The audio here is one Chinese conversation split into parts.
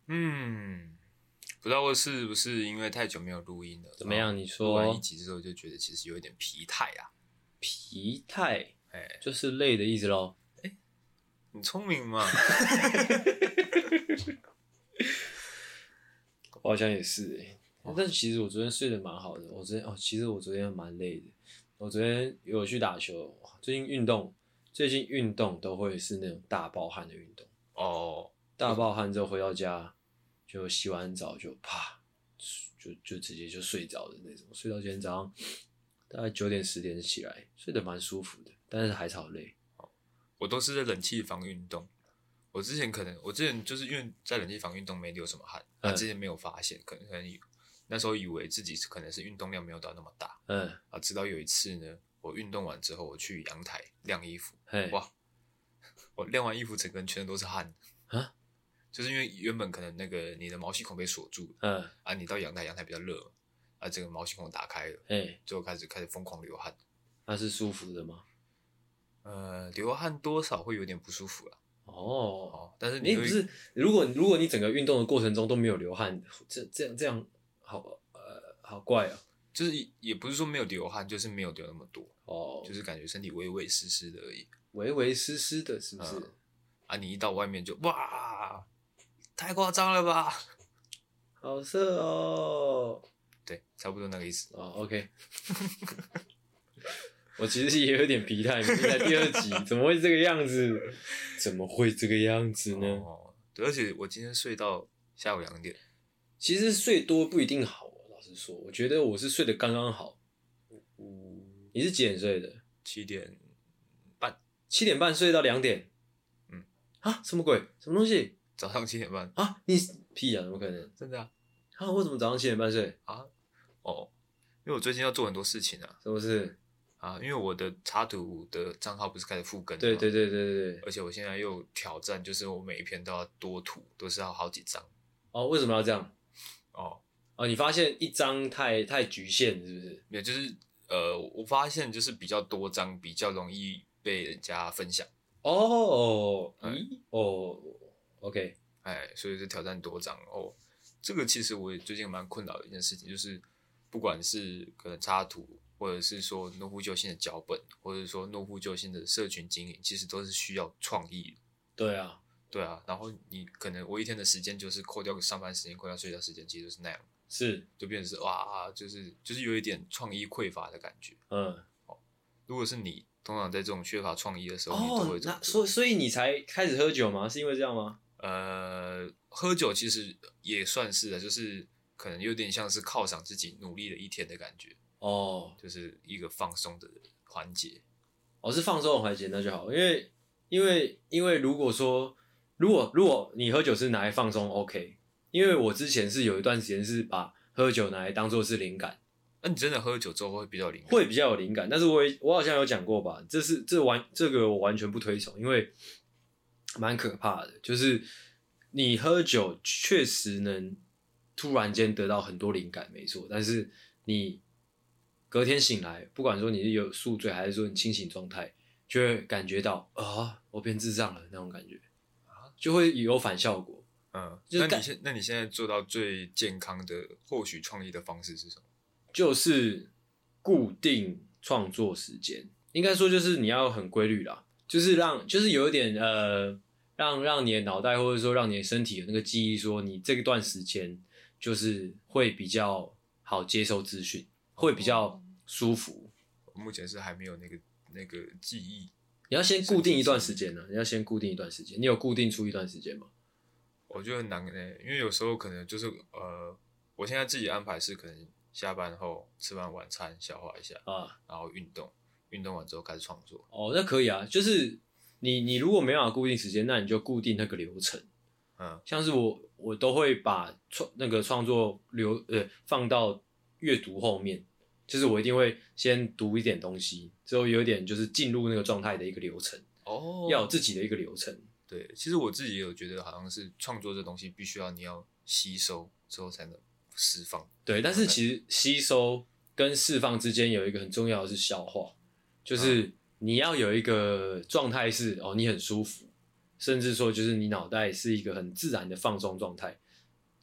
嗯，不知道是不是因为太久没有录音了， 怎么样？你说录完一集之后就觉得其实有一点疲态啊。 疲态， 哎， 就是累的意思咯。 你聪明嘛？ 我好像也是但其实我昨天睡得蛮好的。其实我昨天蛮累的。我昨天有去打球，最近运动都会是那种大爆汗的运动。 哦， 大爆汗之后回到家，就洗完澡就啪，就直接就睡着的那种。睡到今天早上大概9点10点起来，睡得蛮舒服的，但是还是好累。 我都是在冷气房运动。我之前就是因为在冷气房运动没流什么汗，之前没有发现，可能那时候以为自己可能是运动量没有到那么大，直到有一次呢，我运动完之后，我去阳台晾衣服，哇，我晾完衣服整个人全身都是汗啊， 就是因为原本可能那个你的毛细孔被锁住了，你到阳台比较热嘛，这个毛细孔打开了，最后开始疯狂流汗。 那是舒服的吗？ 流汗多少会有点不舒服啦。但是你不是，如果你整个运动的过程中都没有流汗，这样好怪哦。 就是也不是说没有流汗，就是没有流那么多就是感觉身体微微湿湿的而已。 微微湿湿的，是不是？ 你一到外面就哇，太夸张了吧？ 好色哦。 对，差不多那个意思。 OK 我其实也有点疲态，明明才第2集，怎么会这个样子？怎么会这个样子呢？ 对，而且我今天睡到下午2点。 其实睡多不一定好，老实说，我觉得我是睡得刚刚好。你是几点睡的 ？7点半。 7点半睡到2点。什么鬼？什么东西？ 早上7点半啊？你屁啊？怎么可能？ 真的啊？ 为什么早上7点半睡啊？因为我最近要做很多事情啊。 什么事？ 因为我的插图的账号不是开始复更了吗？对。 而且我现在又挑战，就是我每一篇都要多图，都是要好几张。 为什么要这样？你发现一张太局限，是不是？ 没有，就是我发现就是比较多张比较容易被人家分享。 OK。 所以是挑战多张这个其实我也最近蛮困扰的一件事情，就是不管是可能插图，或者是说诺夫救星的脚本，或者是说诺夫救星的社群经营，其实都是需要创意的。对啊，然后你可能我一天的时间就是扣掉上班时间，扣掉睡觉时间，其实就是那样，就变成是哇，就是有一点创意匮乏的感觉。如果是你通常在这种缺乏创意的时候，你都会怎么做？ 所以你才开始喝酒吗？是因为这样吗？ 喝酒其实也算是的，就是可能有点像是犒赏自己努力了一天的感觉。就是一个放松的环节。 是放松的环节，那就好。因为如果你喝酒是拿来放松 ，OK。因为我之前是有一段时间是把喝酒拿来当做是灵感。 那你真的喝酒之后会比较灵感？ 会比较有灵感，但是我好像有讲过吧，这个我完全不推崇，因为蛮可怕的。就是你喝酒确实能突然间得到很多灵感，没错，但是你隔天醒来，不管说你是有宿醉还是说你清醒状态，就会感觉到我变智障了那种感觉，就会有反效果。 那你现在做到最健康的获取创意的方式是什么？ 就是固定创作时间，应该说就是你要很规律啦，就是有一点让你的脑袋或者说让你的身体有那个记忆，说你这段时间就是会比较好接受资讯，会比较舒服。 我目前是还没有那个记忆。 你要先固定一段时间呢，你有固定出一段时间吗？ 我觉得很难因为有时候可能就是我现在自己安排是可能下班后吃完晚餐消化一下然后运动完之后开始创作。 那可以啊，就是你如果没办法固定时间，那你就固定那个流程。像是我都会把那个创作放到阅读后面，就是我一定会先读一点东西，之后有点就是进入那个状态的一个流程。要有自己的一个流程。 对，其实我自己也有觉得，好像是创作这东西必须要你要吸收之后才能释放。 对，但是其实吸收跟释放之间有一个很重要的是消化，就是你要有一个状态是你很舒服，甚至说就是你脑袋是一个很自然的放松状态，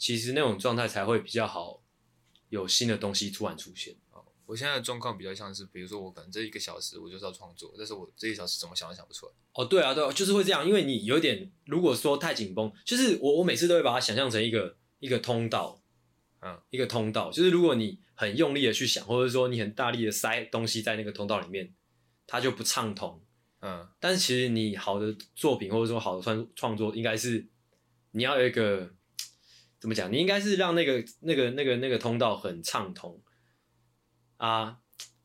其实那种状态才会比较好，有新的东西突然出现。 我现在的状况比较像是，比如说我可能这1个小时我就是要创作，但是我这1个小时怎么想都想不出来。 哦，对啊，对啊，就是会这样，因为你有点，如果说太紧绷，就是我每次都会把它想象成一个通道，一个通道，就是如果你很用力的去想，或者说你很大力的塞东西在那个通道里面，它就不畅通。但是其实你好的作品或者说好的创作，应该是你要有一个怎么讲？你应该是让那个通道很畅通啊。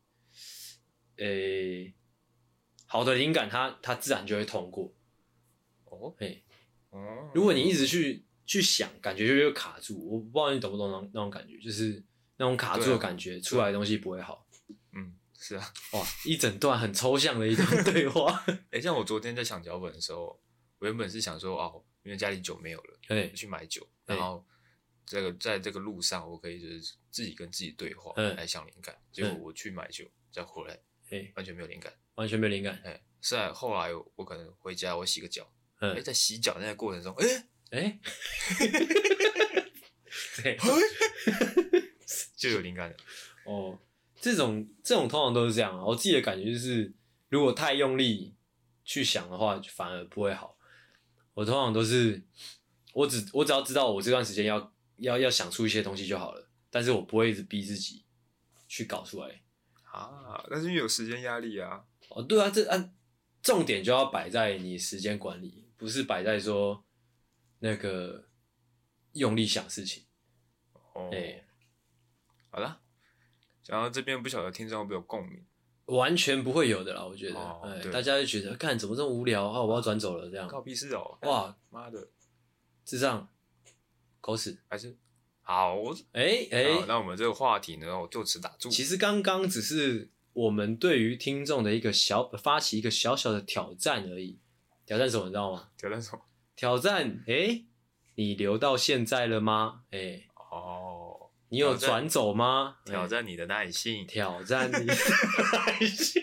好的灵感它自然就会通过。如果你一直去想，感觉就会卡住。我不知道你懂不懂那种感觉，就是那种卡住的感觉，出来的东西不会好。 是啊， 哇，一整段很抽象的一段对话。 像我昨天在想脚本的时候，我原本是想说因为家里酒没有了，去买酒，然后在这个路上，我可以就是自己跟自己对话，来想灵感。结果我去买酒，再回来，完全没有灵感， 完全没有灵感。 是啊，后来我可能回家，我洗个脚，在洗脚那个过程中，就有灵感了。 这种通常都是这样。我自己的感觉就是，如果太用力去想的话，反而不会好。我通常都是，我只要知道我这段时间要想出一些东西就好了，但是我不会一直逼自己去搞出来。 但是因为有时间压力啊。 对啊，重点就要摆在你时间管理，不是摆在说那个用力想事情。 好了。讲到这边，不晓得听众会不会有共鸣？ 完全不会有的啦，我觉得。大家就觉得，看怎么这么无聊啊！我要转走了，这样。 靠屁事哦！ 哇， 妈的， 智障，狗屎， 还是好。那我们这个话题呢，我就此打住。 其实刚刚只是我们对于听众的发起一个小小的挑战而已。挑战什么，你知道吗？ 挑战什么？ 挑战，你留到现在了吗？你有转走吗？ 挑战你的耐性， 挑战你的耐性。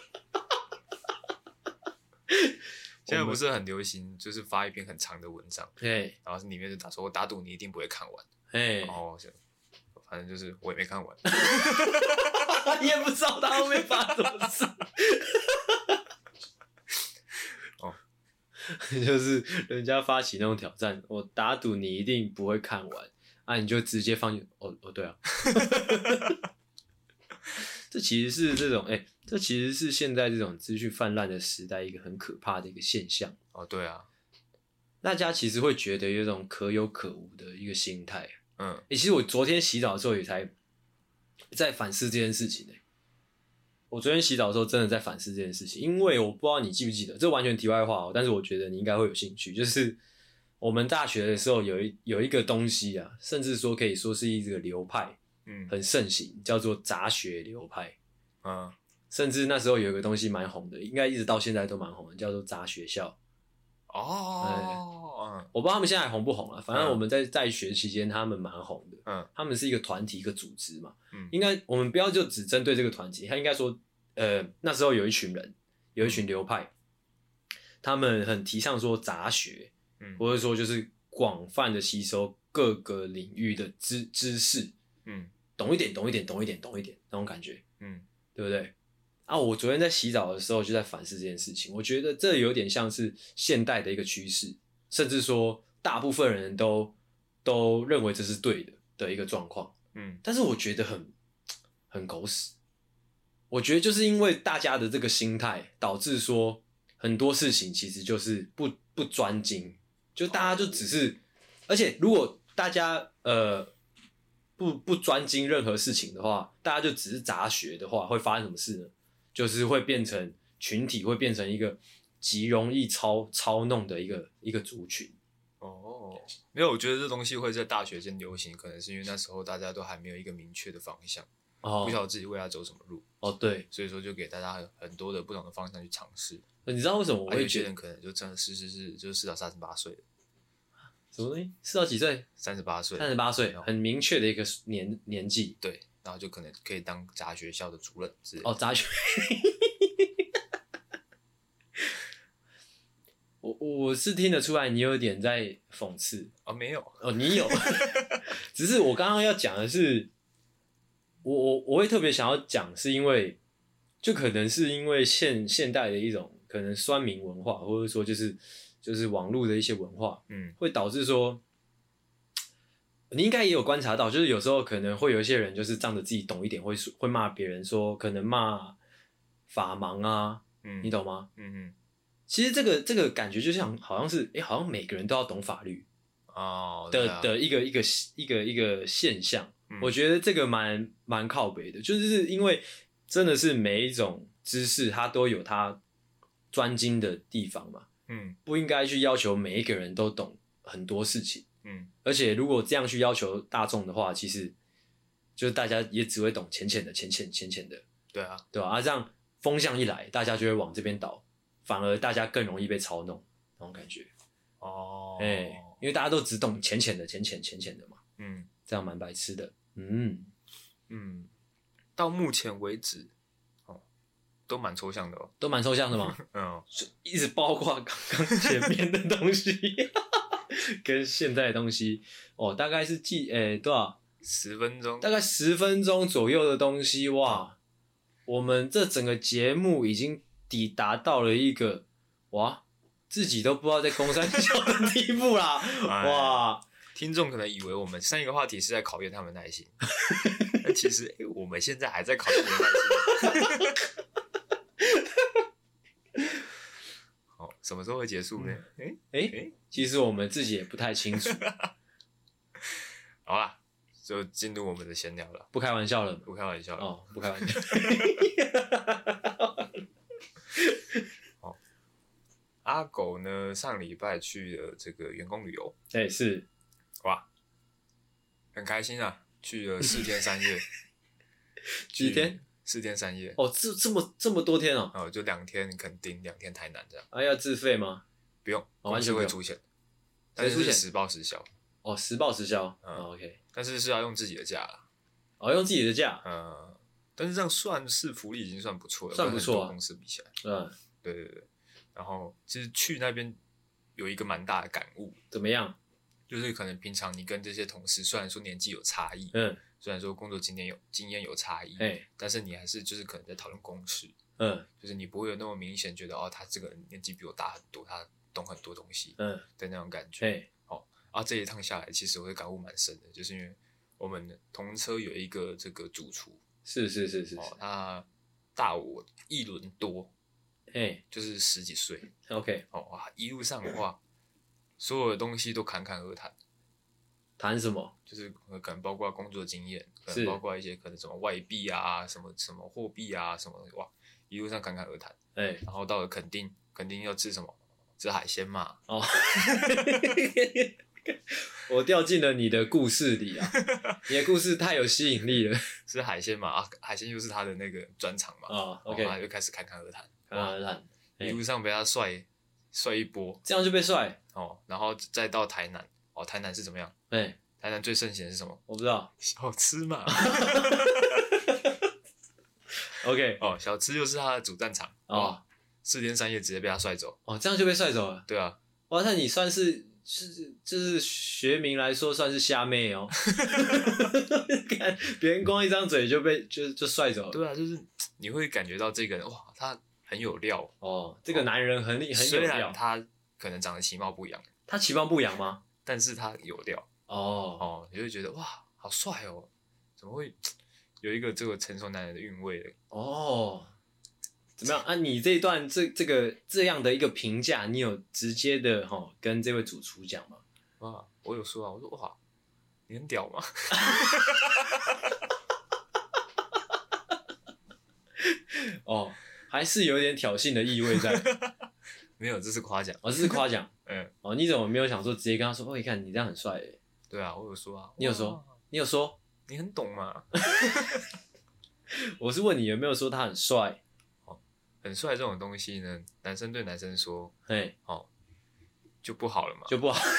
现在不是很流行，就是发一篇很长的文章，然后里面就打说，我打赌你一定不会看完。反正就是我也没看完， 你也不知道他后面发生什么事。就是人家发起那种挑战，我打赌你一定不会看完。你就直接放弃。对啊。这其实是这种这其实是现在这种资讯泛滥的时代一个很可怕的一个现象。 对啊， 大家其实会觉得有一种可有可无的一个心态。其实我昨天洗澡的时候也才在反思这件事情。我昨天洗澡的时候真的在反思这件事情，因为我不知道你记不记得，这完全题外话但是我觉得你应该会有兴趣，就是我们大学的时候有一个东西啊，甚至说可以说是一个流派，很盛行，叫做杂学流派。甚至那时候有一个东西蛮红的，应该一直到现在都蛮红的，叫做杂学校。我不知道他们现在还红不红啊，反正我们在学期间他们蛮红的。他们是一个团体，一个组织嘛。应该我们不要就只针对这个团体，他应该说那时候有一群人，有一群流派，他们很提倡说杂学，或者说就是广泛的吸收各个领域的知识，懂一点那种感觉，对不对？我昨天在洗澡的时候就在反思这件事情，我觉得这有点像是现代的一个趋势，甚至说大部分人都认为这是对的一个状况。但是我觉得很狗屎。我觉得就是因为大家的这个心态，导致说很多事情其实就是不专精，就大家就只是，而且如果大家不专精任何事情的话，大家就只是杂学的话，会发生什么事呢？就是会变成群体，会变成一个极容易操弄的一个族群。 没有，我觉得这东西会在大学间流行，可能是因为那时候大家都还没有一个明确的方向，不晓得自己未来走什么路。 对， 所以说就给大家很多的不同的方向去尝试。 你知道为什么我会觉得有些人可能就真的就是到38岁了。 什么东西？是到几岁 ？38岁。 38岁，很明确的一个年纪。 对，然后就可能可以当杂学校的主任之类的。 杂学。 我是听得出来你有点在讽刺哦，没有哦，你有，只是我刚刚要讲的是，我会特别想要讲，是因为就可能是因为现代的一种可能酸民文化，或者说就是网络的一些文化，会导致说，你应该也有观察到，就是有时候可能会有一些人就是仗着自己懂一点，会骂别人说，可能骂法盲啊，你懂吗？其实这个感觉就像好像是好像每个人都要懂法律的一个现象。我觉得这个蛮靠北的，就是因为真的是每一种知识它都有它专精的地方嘛，不应该去要求每一个人都懂很多事情，而且如果这样去要求大众的话，其实就是大家也只会懂浅浅的， 对啊， 对吧？这样风向一来，大家就会往这边倒，反而大家更容易被操弄，那种感觉。因为大家都只懂浅浅的嘛，这样蛮白痴的。 到目前为止，都蛮抽象的哦。 都蛮抽象的吗？一直包括刚刚前面的东西，跟现在的东西，大概是多少 ？10分钟， 大概10分钟左右的东西，哇！我们这整个节目已经抵达到了一个自己都不知道在公三小的地步啦，哇！ 听众可能以为我们上一个话题是在考验他们耐心，但其实我们现在还在考验你的耐心。什么时候会结束呢？ 其实我们自己也不太清楚。 好啦，就进入我们的闲聊了。 不开玩笑了， 不开玩笑了。 不开玩笑。 阿狗呢，上礼拜去了这个员工旅游。 是。 哇，很开心啊！去了4天3夜。 几天 ？4天3夜。 这么多天哦。 就2天垦丁，2天台南这样。 要自费吗？ 不用， 完全不用。 会出钱，但是实报实销。 实报实销。OK。 但是是要用自己的假啦。 用自己的假。 但是这样算是福利已经算不错了， 算不错跟很多公司比起来。对。然后其实去那边有一个蛮大的感悟。 怎么样？ 就是可能平常你跟这些同事，虽然说年纪有差异，虽然说工作经验有差异，但是你还是就是可能在讨论公事，就是你不会有那么明显觉得他这个人年纪比我大很多，他懂很多东西，的那种感觉。这一趟下来，其实我的感悟蛮深的，就是因为我们同车有一个这个主厨， 是， 他大我1轮多，就是10几岁 ，OK， 一路上的话，所有的东西都侃侃而谈。 谈什么？ 就是可能包括工作经验，可能包括一些可能什么外币啊，什么货币啊，什么一路上侃侃而谈。然后到了垦丁要吃什么？吃海鲜嘛。 我掉进了你的故事里啊！你的故事太有吸引力了。 吃海鲜嘛，海鲜又是他的那个专长嘛。 OK， 他就开始侃侃而谈。一路上被他帅一波， 这样就被帅。 然后再到台南，台南是怎么样？台南最盛行的是什么？ 我不知道。 小吃嘛。 OK， 小吃又是他的主战场。4天3夜直接被他帅走。 这样就被帅走了。 对啊。 那你算是就是学名来说算是虾妹哦。看别人光一张嘴就被就帅走了。 对啊，就是你会感觉到这个人他很有料。 这个男人很有料。 虽然他可能长得其貌不扬。 他其貌不扬吗？ 但是他有料。你就会觉得好帅哦，怎么会有一个这个成熟男人的韵味呢？ 怎么样你这一段这样的一个评价，你有直接的跟这位主厨讲吗？ 我有说我说你很屌吗？ 还是有点挑衅的意味在。 没有，这是夸奖。 这是夸奖。你怎么没有想说直接跟他说？你看你这样很帅耶。 对啊，我有说啊。 你有说？ 你很懂嘛？ 我是问你有没有说他很帅？ 很帅这种东西呢，男生对男生说，就不好了嘛。 就不好。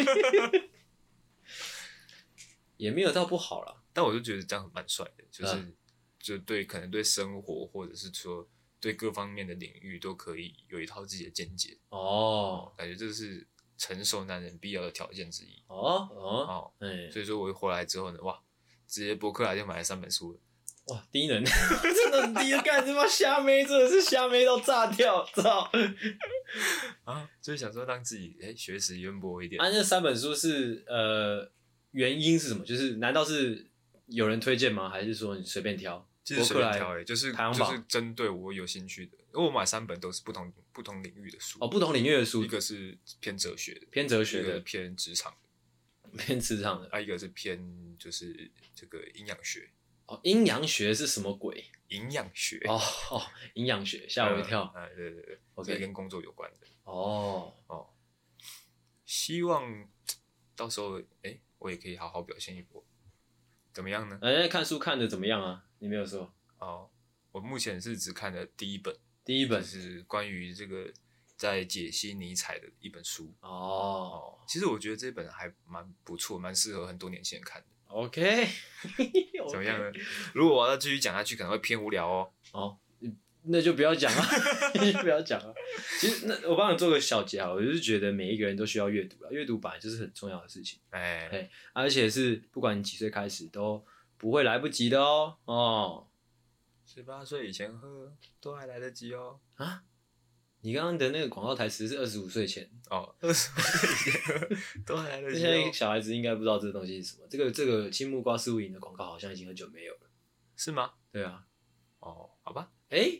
也没有到不好啦。 但我就觉得这样蛮帅的，就对可能对生活或者是说对各方面的领域都可以有一套自己的见解。感觉这是成熟男人必要的条件之一。所以说我回来之后呢，哇，直接博客来就买了3本书了。 哇，低能，真的很低的，干他妈瞎妹，真的是瞎妹到炸掉，操！ 就是想说让自己学识渊博一点。 那3本书是原因是什么？就是难道是有人推荐吗？还是说你随便挑？ 其实随便挑就是针对我有兴趣的，因为我买3本都是不同领域的书。 不同领域的书， 一个是偏哲学的，一个偏职场的，一个是偏就是这个营养学。 阴阳学是什么鬼？ 营养学营养学吓我一跳。 对，这跟工作有关的。希望到时候我也可以好好表现一波，怎么样呢？ 看书看的怎么样啊？你没有说。 我目前是只看了第一本是关于这个在解析尼采的一本书。其实我觉得这本还蛮不错，蛮适合很多年轻人看的。 OK， 怎么样呢？如果我要继续讲下去，可能会偏无聊哦。 那就不要讲了，不要讲了。其实我帮你做个小结，我就是觉得每一个人都需要阅读了，阅读本来就是很重要的事情。而且是不管你几岁开始都不会来不及的哦。 18岁以前喝都还来得及哦。 你刚刚的那个广告台词是25岁前 ，25岁以前喝都还来得及。 现在小孩子应该不知道这个东西是什么。这个青木瓜丝无影的广告好像已经很久没有了， 是吗？ 对啊。 好吧。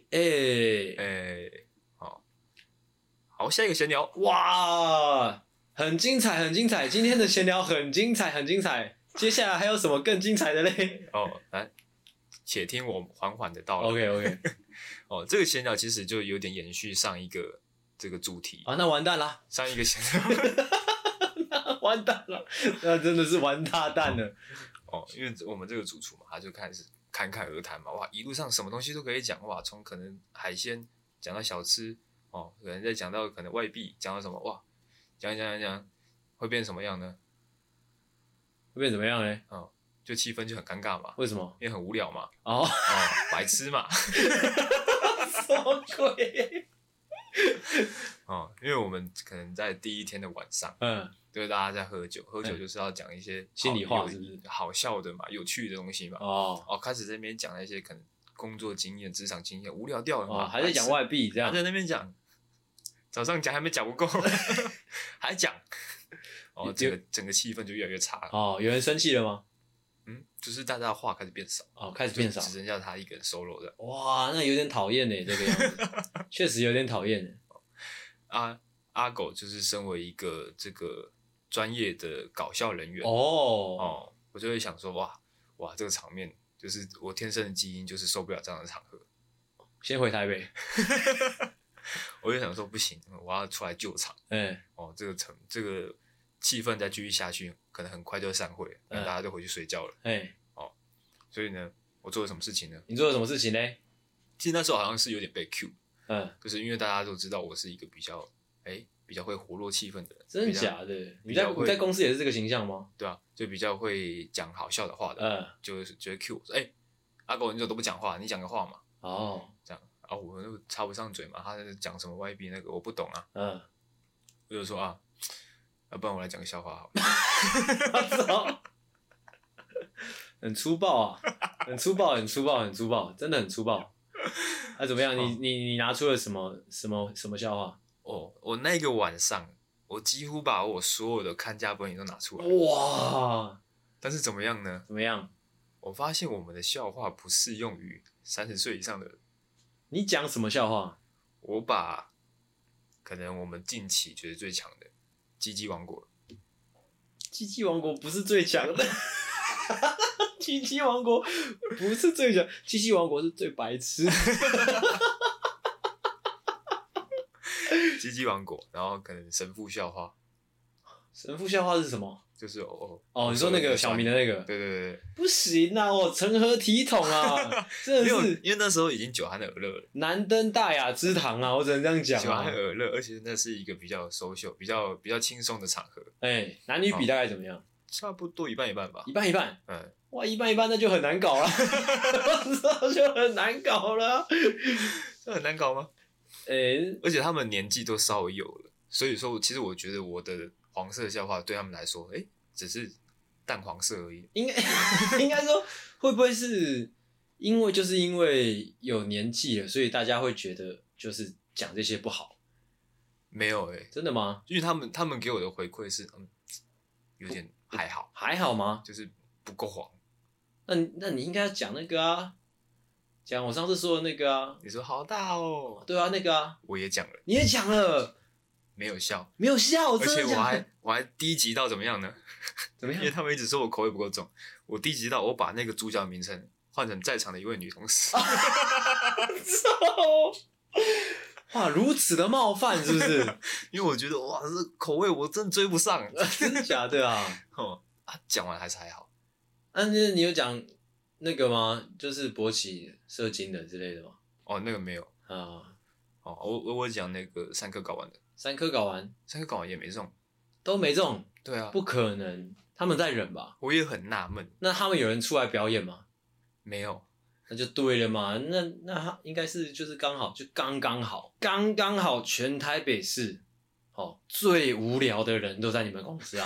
好，下一个闲聊。 哇，很精彩，很精彩！今天的闲聊很精彩，很精彩。接下来还有什么更精彩的嘞？ 来，且听我缓缓的道来。 OK 。 这个闲聊其实就有点延续上一个这个主题那完蛋了。 上一个闲聊完蛋了，那真的是完大蛋了。 因为我们这个主厨嘛，他就开始侃侃而谈嘛，哇，一路上什么东西都可以讲，哇，从可能海鲜讲到小吃，可能再讲到可能外币，讲到什么，哇，讲，会变什么样呢？ 会变怎么样呢？ 就气氛就很尴尬嘛。 为什么？ 因为很无聊嘛。白痴嘛。 什么鬼？ 因为我们可能在第一天的晚上，就是大家在喝酒就是要讲一些心里话，是不是？ 好笑的嘛，有趣的东西嘛。开始在那边讲那些可能工作经验、职场经验，无聊掉了嘛。 还在讲外币这样， 还在那边讲，早上讲还没讲不够，还讲。整个气氛就越来越差了。 有人生气了吗？ 就是大家的话开始变少。 开始变少， 只剩下他一个人 solo 的。 哇，那有点讨厌呢，这个样子，确实有点讨厌呢。 阿狗就是身为一个这个专业的搞笑人员我就会想说，哇，这个场面就是我天生的基因就是受不了这样的场合。 先回台北。 我就想说不行，我要出来救场。这个气氛再继续下去，可能很快就散会，大家就回去睡觉了。所以呢，我做了什么事情呢？ 你做了什么事情呢？ 其实那时候好像是有点被 cue，就是因为大家都知道我是一个比较会活络气氛的人。 真的假的？你在公司也是这个形象吗？ 对啊，就比较会讲好笑的话的。就是觉得 cue 我说，阿狗你怎么都不讲话？你讲个话嘛。这样我就插不上嘴嘛。他在讲什么外币那个我不懂啊。我就说要不然我来讲个笑话好了。 很粗暴啊，很粗暴，真的很粗暴。怎么样？你拿出了什么笑话？ 我那个晚上，我几乎把我所有的看家本领都拿出来。 哇！ 但是怎么样呢？ 怎么样？ 我发现我们的笑话不适用于30岁以上的人。 你讲什么笑话？ 我把可能我们近期觉得最强的鸡鸡王国。 鸡鸡王国不是最强的。鸡鸡王国不是最强，鸡鸡王国是最白痴。 鸡鸡王国，然后可能神父笑话。 神父笑话是什么？ 就是你说那个小明的那个？ 对， 不行啊，我成何体统啊！真的是， 因为那时候已经酒酣耳热了， 难登大雅之堂啊，我只能这样讲。 酒酣耳热，而且那是一个比较social、比较轻松的场合。 男女比大概怎么样？ 差不多一半一半吧。 一半一半。 嗯， 哇，一半一半那就很难搞了，那就很难搞了。 这很难搞吗？ 诶、 而且他们年纪都稍微有了，所以说，其实我觉得我的黄色笑话对他们来说，只是淡黄色而已。 应该应该说，会不会是就是因为有年纪了，所以大家会觉得就是讲这些不好？ 没有真的吗？ 因为他们给我的回馈是，有点还好， 还好吗？ 就是不够黄。 那你应该要讲那个啊，讲我上次说的那个啊。 你说好大哦， 对啊，那个啊， 我也讲了， 你也讲了， 没有笑， 没有笑， 而且真的假的？ 我还低级到怎么样呢？ 怎么样因为？他们一直说我口味不够重，我低级到我把那个主角名称换成在场的一位女同事。 哇，如此的冒犯是不是？ 因为我觉得哇，这口味我真追不上。 真的假的啊？ 讲完还是还好。 你有讲那个吗？就是勃起射精的之类的吗？ 哦，那个没有。 啊， 哦，我讲那个3颗睾丸的 3颗睾丸 ，3颗睾丸也没中。 都没中， 对啊， 不可能，他们在忍吧？ 我也很纳闷。 那他们有人出来表演吗？ 没有。 那就对了嘛，那他应该是就是刚好，就刚刚好，全台北市最无聊的人都在你们公司啊！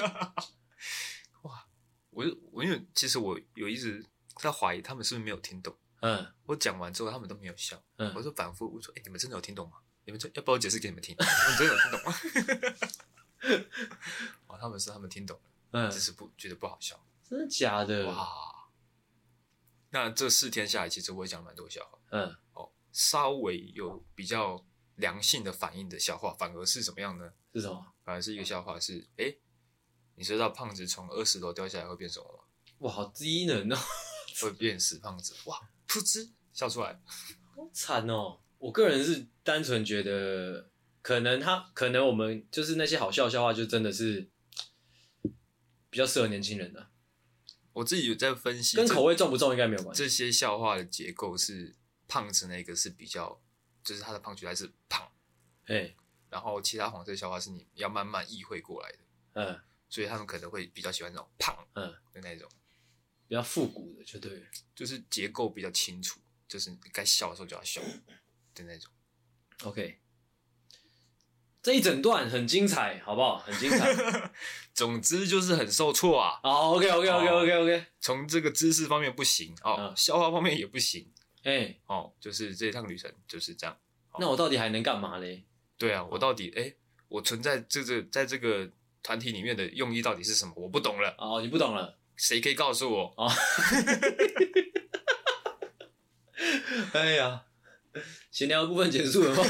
哇，我因为其实我有一直在怀疑他们是不是没有听懂。我讲完之后他们都没有笑。我就反复我说，你们真的有听懂吗？你们要不要我解释给你们听？你们真的有听懂吗？他们听懂了，只是觉得不好笑。 真的假的？ 哇！那这4天下来，其实我也讲了蛮多笑话。稍微有比较良性的反应的笑话，反而是怎么样呢？ 是什么？ 反而是一个笑话是，你知道胖子从20楼掉下来会变什么吗？ 哇，好低能哦！ 会变死胖子。哇，噗嗤笑出来， 好惨哦！我个人是单纯觉得，可能我们就是那些好笑的笑话，就真的是比较适合年轻人的。 我自己有在分析， 跟口味重不重应该没有关系。 这些笑话的结构是胖子那个是比较，就是他的胖取来是胖，然后其他黄色笑话是你要慢慢意会过来的，所以他们可能会比较喜欢那种胖，的那种， 比较复古的就对了， 就是结构比较清楚，就是该笑的时候就要笑的那种。 OK。这一整段很精彩，好不好？很精彩。 总之就是很受挫啊。 好 ，OK。 从这个知识方面不行笑话方面也不行。就是这一趟旅程就是这样。 那我到底还能干嘛嘞？ 对啊，我到底我存在在这个团体里面的用意到底是什么？我不懂了。 你不懂了？ 谁可以告诉我？ 哎呀，闲聊的部分结束了吗？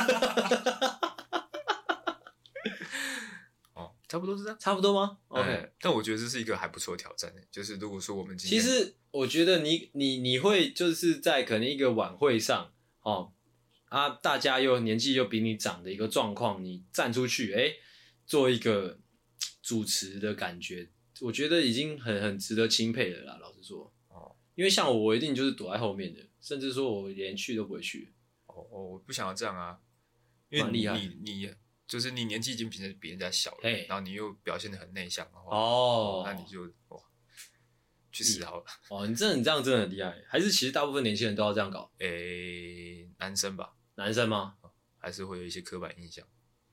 差不多是这样， 差不多吗 ？OK， 但我觉得这是一个还不错的挑战就是如果说我们今天， 其实我觉得你会就是在可能一个晚会上大家又年纪又比你长的一个状况，你站出去做一个主持的感觉，我觉得已经很值得钦佩了啦。老实说，因为像我一定就是躲在后面的，甚至说我连去都不会去。 我不想要这样啊，因为你就是你年纪已经比人家小了，然后你又表现得很内向的话，那你就去死好了。 你这样真的很厉害，还是其实大部分年轻人都要这样搞？ 男生吧？ 男生吗？ 还是会有一些刻板印象。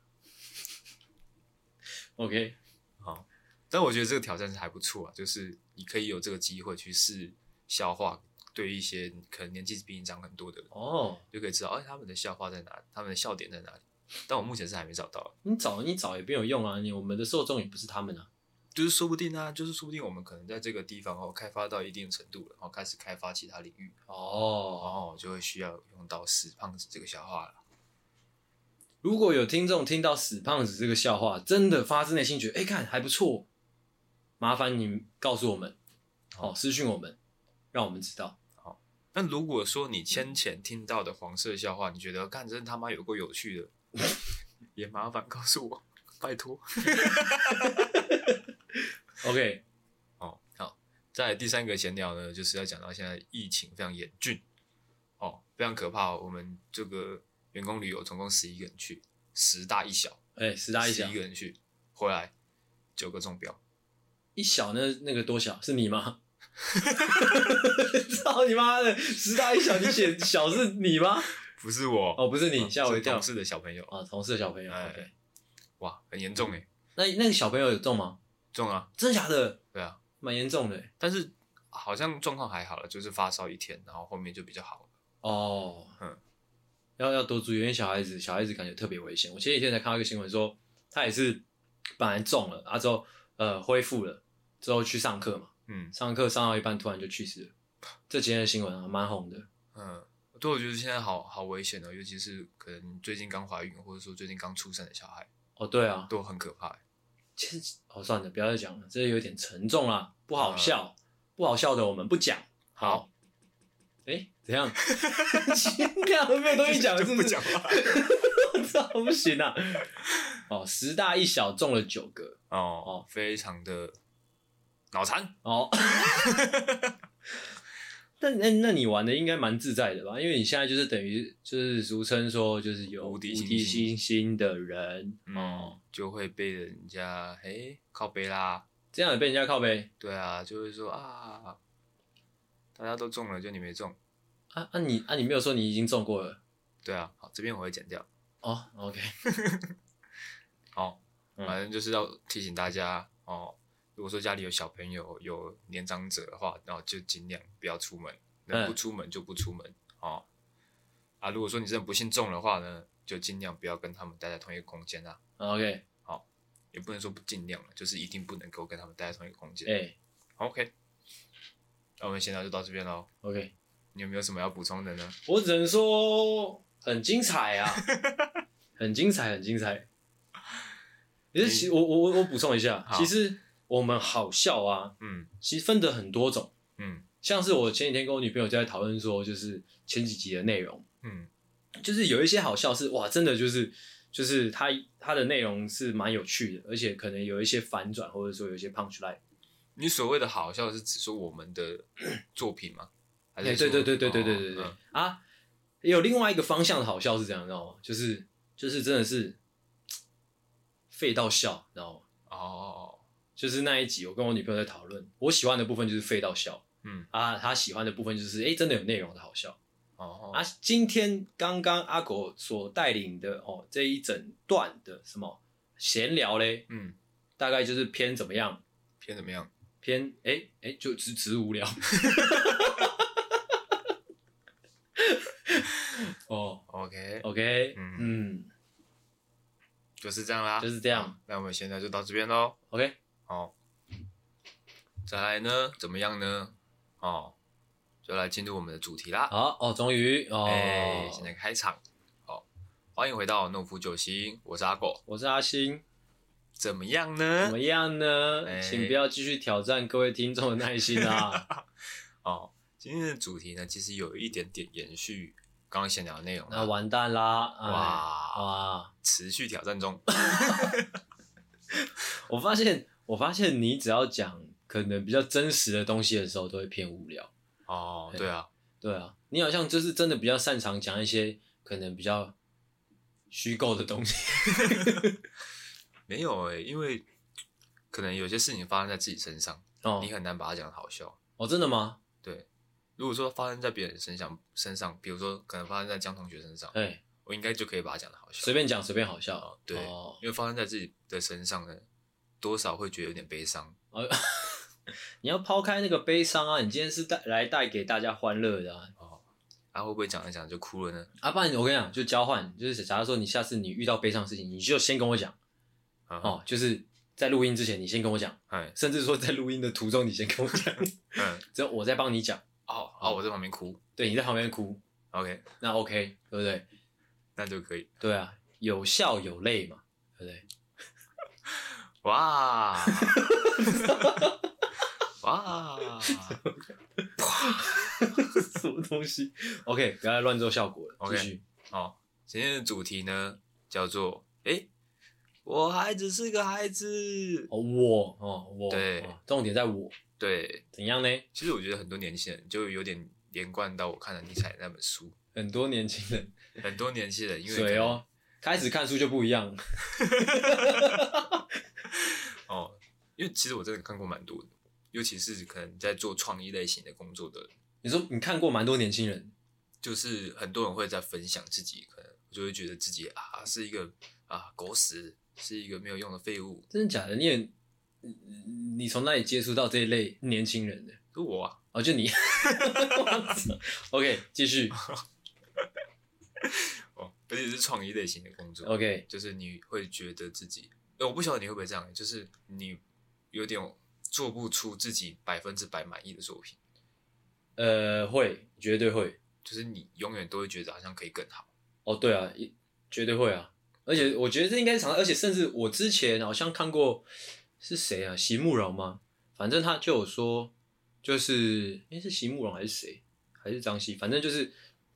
OK， 好，但我觉得这个挑战是还不错啊，就是你可以有这个机会去试笑话，对一些可能年纪比你长很多的人，就可以知道他们的笑话在哪里，他们的笑点在哪里。但我目前是还没找到。 你找也没有用啊，我们的受众也不是他们啊。 就是说不定我们可能在这个地方开发到一定程度了，然后开始开发其他领域就会需要用到死胖子这个笑话了。 如果有听众听到死胖子这个笑话，真的发自内心觉得看还不错，麻烦你告诉我们，私讯我们，让我们知道。 但如果说你先前听到的黄色笑话，你觉得看真他妈有够有趣的，也麻烦告诉我，拜托。 OK， 好，再来第3个闲聊呢，就是要讲到现在疫情非常严峻，非常可怕。我们这个员工旅游总共11个人去，10大1小，11个人去，回来9个中标。 一小那个多小？是你吗？操你妈的！10大一小，你写小是你吗？ 不是我哦，不是你，吓我一跳。 同事的小朋友啊，同事的小朋友。 哎 OK， 哇，很严重哎。 那个小朋友有中吗？ 中啊， 真的假的？ 对啊， 蛮严重的欸。 但是好像状况还好了，就是发烧1天，然后后面就比较好了。 哦， 嗯， 要多注意，因为小孩子感觉特别危险。我前几天才看到一个新闻说，他也是本来中了，之后恢复了，之后去上课嘛，上课上到一半突然就去世了。这几天的新闻啊，蛮红的。 对，我觉得现在好危险哦，尤其是可能最近刚怀孕，或者说最近刚出生的小孩。 哦，对啊， 都很可怕。 其实算了，不要再讲了，这有点沉重啦，不好笑，不好笑的我们不讲。好，怎样？看我没有东西讲， 就不讲话。 我操，不行啊！10大一小中了9个， 非常的脑残哦。但那你玩的应该蛮自在的吧？因为你现在就是等于就是俗称说就是有无敌星星的人， 就会被人家靠背啦。 这样也被人家靠背？ 对啊，就会说啊，大家都中了，就你没中。 你没有说你已经中过了？ 对啊，好，这边我会剪掉。 哦 ，OK。 好，反正就是要提醒大家哦。如果说家里有小朋友、有年长者的话，然后就尽量不要出门，能不出门就不出门哦。如果说你真的不幸中的话呢，就尽量不要跟他们待在同一个空间啊。 OK， 好，也不能说不尽量了，就是一定不能够跟他们待在同一个空间。OK， 那我们现在就到这边咯。 OK， 你有没有什么要补充的呢？ 我只能说很精彩啊，很精彩，很精彩。其实我补充一下，其实我们好笑啊，其实分得很多种，像是我前几天跟我女朋友在讨论说，就是前几集的内容，就是有一些好笑是哇，真的就是它的内容是蛮有趣的，而且可能有一些反转，或者说有一些 punch line。 你所谓的好笑是指说我们的作品吗？还是对啊，有另外一个方向的好笑是这样，你知道吗？就是真的是废到笑，你知道吗？就是那一集我跟我女朋友在讨论，我喜欢的部分就是废到笑，她喜欢的部分就是真的有内容的好笑。今天刚刚阿狗所带领的这一整段的什么闲聊嘞，大概就是偏怎么样？ 偏怎么样？ 偏就只无聊。OK， 就是这样啦， 就是这样。 那我们现在就到这边咯。 OK， 好，再来呢，怎么样呢？就来进入我们的主题啦。 好终于现在开场。欢迎回到诺夫救星，我是阿狗， 我是阿星。 怎么样呢？ 请不要继续挑战各位听众的耐心啊。 今天的主题呢，其实有一点点延续刚刚闲聊的内容。 那完蛋啦！ 哇，持续挑战中。 我发现你只要讲可能比较真实的东西的时候，都会偏无聊。 对啊， 你好像就是真的比较擅长讲一些可能比较虚构的东西。 没有因为可能有些事情发生在自己身上，你很难把它讲得好笑。 真的吗？ 对，如果说发生在别人身上，比如说可能发生在江同学身上，我应该就可以把它讲得好笑， 随便讲随便好笑。 对，因为发生在自己的身上呢，多少会觉得有点悲伤。 你要抛开那个悲伤啊，你今天是来带给大家欢乐的会不会讲一讲就哭了呢？ 不然我跟你讲，就交换，就是假如说你下次你遇到悲伤的事情，你就先跟我讲，就是在录音之前你先跟我讲，甚至说在录音的途中你先跟我讲，之后我再帮你讲。 我在旁边哭， 对，你在旁边哭 ，OK， 那 OK， 对不对？ 那就可以。 对啊，有笑有泪嘛，对不对？ 哇哇， 什么东西 ？OK， 不要再乱做效果了。继续。 今天的主题呢叫做我还只是个孩子。 我对， 重点在我。 对， 怎样呢？ 其实我觉得很多年轻人就有点连贯到我看了尼采那本书。 很多年轻人， 因为水开始看书就不一样。 因为其实我真的看过蛮多的，尤其是可能在做创意类型的工作的人， 你说你看过蛮多年轻人， 就是很多人会在分享自己，可能就会觉得自己是一个狗屎，是一个没有用的废物。 真的假的？你从哪里接触到这一类年轻人的？ 是我啊， 哦，就你。OK， 继续。 而且是创意类型的工作。 OK， 就是你会觉得自己，我不晓得你会不会这样，就是你有点做不出自己100%满意的作品。 会，绝对会。 就是你永远都会觉得好像可以更好。 哦，对啊，绝对会啊。而且我觉得这应该是常，而且甚至我之前好像看过是谁啊？席慕容吗？反正他就有说，就是是席慕容还是谁，还是张希，反正就是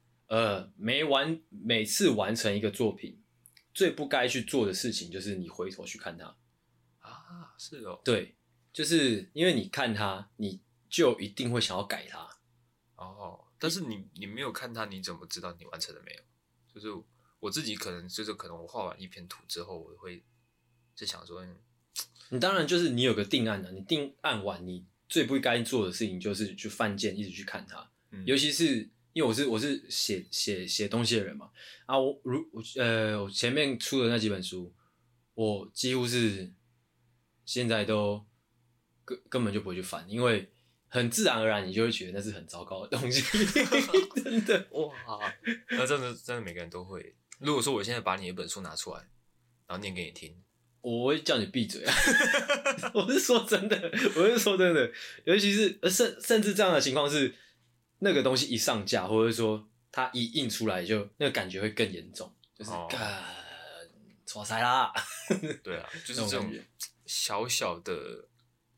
每次完成一个作品，最不该去做的事情就是你回头去看它。 是哦。 对，就是因为你看它，你就一定会想要改它。 但是你没有看它，你怎么知道你完成了没有？就是我自己可能我画完一篇图之后，我会就想说， 你当然就是你有个定案的，你定案完，你最不该做的事情就是去犯贱，一直去看它。尤其是因为我是写东西的人嘛，我前面出的那几本书，我几乎是现在都根本就不会去翻，因为很自然而然你就会觉得那是很糟糕的东西。真的哇，那真的每个人都会。如果说我现在把你一本书拿出来，然后念给你听， 我会叫你闭嘴啊！我是说真的，尤其是甚至这样的情况是，那个东西一上架，或者说它一印出来就那个感觉会更严重，就是挫塞啦。 对啊，就是这种小小的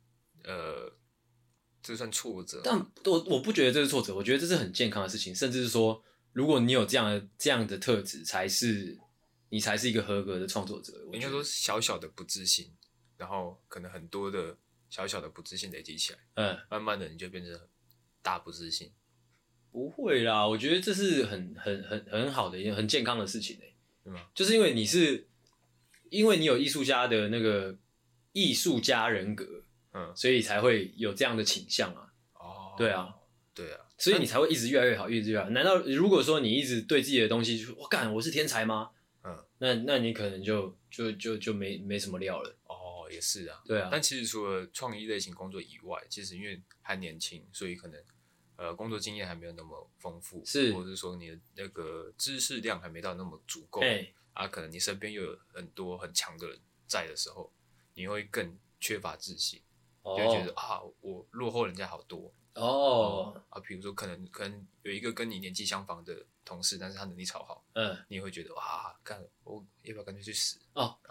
这算挫折， 但我不觉得这是挫折，我觉得这是很健康的事情，甚至是说，如果你有这样的特质，你才是一个合格的创作者。 应该说小小的不自信，然后可能很多的小小的不自信累积起来，慢慢的你就变成大不自信。 不会啦，我觉得这是很好的一件很健康的事情对吗？ 就是因为你有艺术家的那个艺术家人格，所以才会有这样的倾向啊。对啊，所以你才会一直越来越好，一直越来越好。难道如果说你一直对自己的东西，我是天才吗？那你可能就没什么料了。 也是啊。 对啊。 但其实除了创意类型工作以外，其实因为还年轻，所以可能工作经验还没有那么丰富，或者是说你的那个知识量还没到那么足够，可能你身边又有很多很强的人在的时候，你会更缺乏自信，就会觉得我落后人家好多。比如说可能有一个跟你年纪相仿的同事，但是他能力超好，你也会觉得干我要不要干脆去死？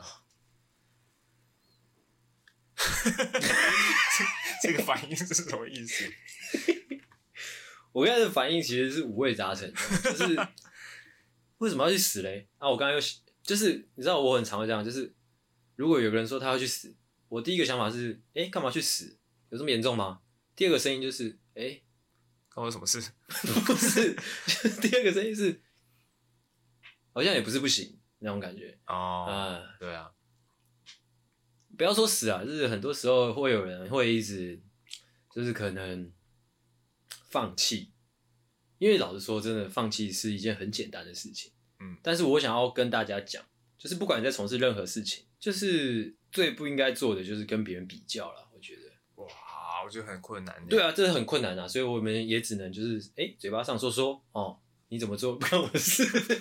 这个反应是什么意思？ 我刚才的反应其实是五味杂陈，就是为什么要去死嘞？我刚刚就是你知道我很常会这样，就是如果有个人说他要去死，我第一个想法是干嘛去死？有这么严重吗？第二个声音就是关我什么事？ 不是，第二个声音是好像也不是不行那种感觉。 对啊， 不要说死啊，就是很多时候会有人会一直就是可能放弃，因为老实说，真的放弃是一件很简单的事情。但是我想要跟大家讲，就是不管你在从事任何事情，就是最不应该做的就是跟别人比较啦。我觉得， 我觉得很困难。 对啊，这是很困难啊，所以我们也只能就是嘴巴上说你怎么做不关我的事。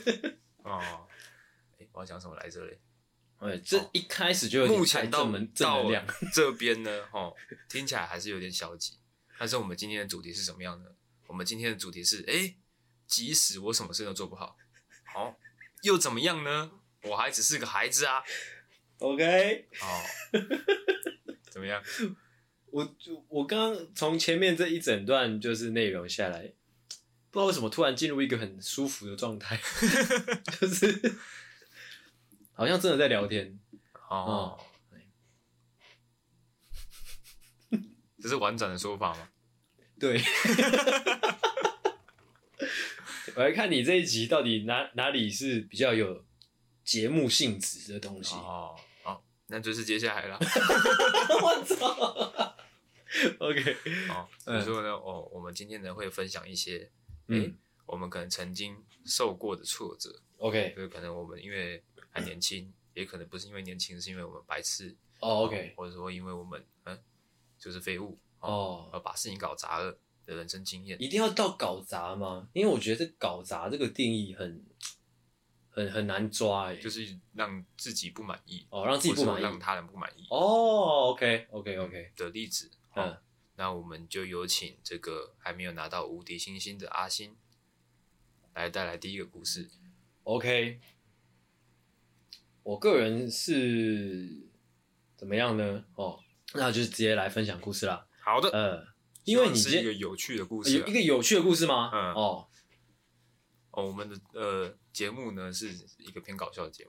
我要讲什么来着嘞？ 这一开始就有点太正能量。 这边呢，听起来还是有点消极。但是我们今天的主题是什么样呢？我们今天的主题是，即使我什么事都做不好，又怎么样呢？我还只是个孩子啊。 OK。 怎么样？ 我刚刚从前面这一整段就是内容下来，不知道为什么突然进入一个很舒服的状态，就是好像真的在聊天。 这是婉转的说法吗？ 对。我来看你这一集到底哪里是比较有节目性质的东西。 那就是接下来啦。 我操！OK， 哦，所以说呢，我们今天呢会分享一些，我们可能曾经受过的挫折。 OK， 就是可能我们因为还年轻，也可能不是因为年轻，是因为我们白痴。 OK， 或者说因为我们就是废物把事情搞砸了的人生经验。 一定要到搞砸吗？因为我觉得搞砸这个定义很难抓就是让自己不满意让自己不满意， 让他人不满意 OK 的例子。那我们就有请这个还没有拿到无敌星星的阿星来带来第一个故事。 OK， 我个人是怎么样呢？那就直接来分享故事啦。 好的， 因为你是一个有趣的故事， 一个有趣的故事吗？ 我们的节目呢是一个偏搞笑的节目，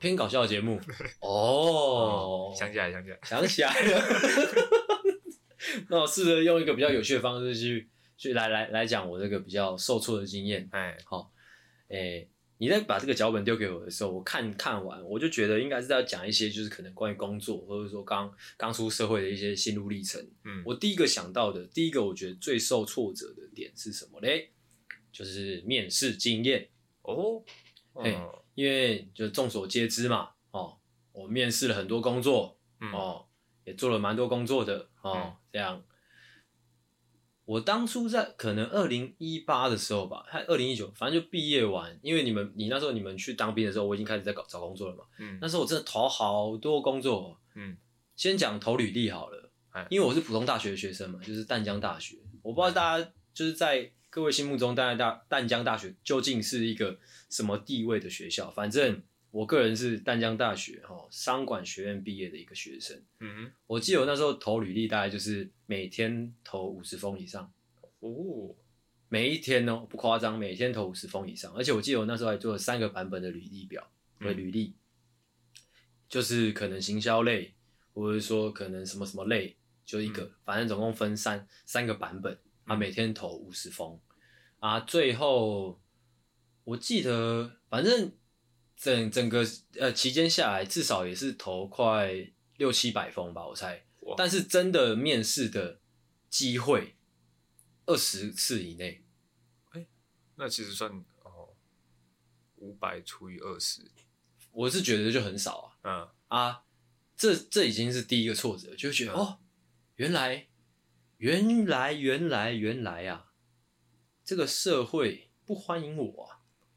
想起来了。那我试着用一个比较有趣的方式去来讲我这个比较受挫的经验。你在把这个脚本丢给我的时候，我看完，我就觉得应该是在讲一些就是可能关于工作，或者说刚出社会的一些心路历程。我第一个想到的，第一个我觉得最受挫折的点是什么嘞？就是面试经验。因为就众所皆知嘛，我面试了很多工作，也做了蛮多工作的，这样。我当初在可能2018的时候吧，还2019，反正就毕业完，因为你那时候你们去当兵的时候，我已经开始在找工作了嘛。那时候我真的投好多工作。先讲投履历好了，因为我是普通大学的学生嘛，就是淡江大学。我不知道大家就是在各位心目中，淡江大学究竟是一个什么地位的学校？反正我个人是淡江大学商管学院毕业的一个学生。我记得我那时候投履历大概就是每天投50封以上。每一天不夸张，每天投50封以上。而且我记得我那时候还做了3个版本的履历表和履历，就是可能行销类，或者说可能什么什么类，就一个，反正总共分三个版本。每天投50封。最后我记得反正整个期间下来至少也是投快600-700封吧，我猜。但是真的面试的机会20次以内。 那其实算500除以20， 我是觉得就很少这已经是第一个挫折，就觉得原来啊，这个社会不欢迎我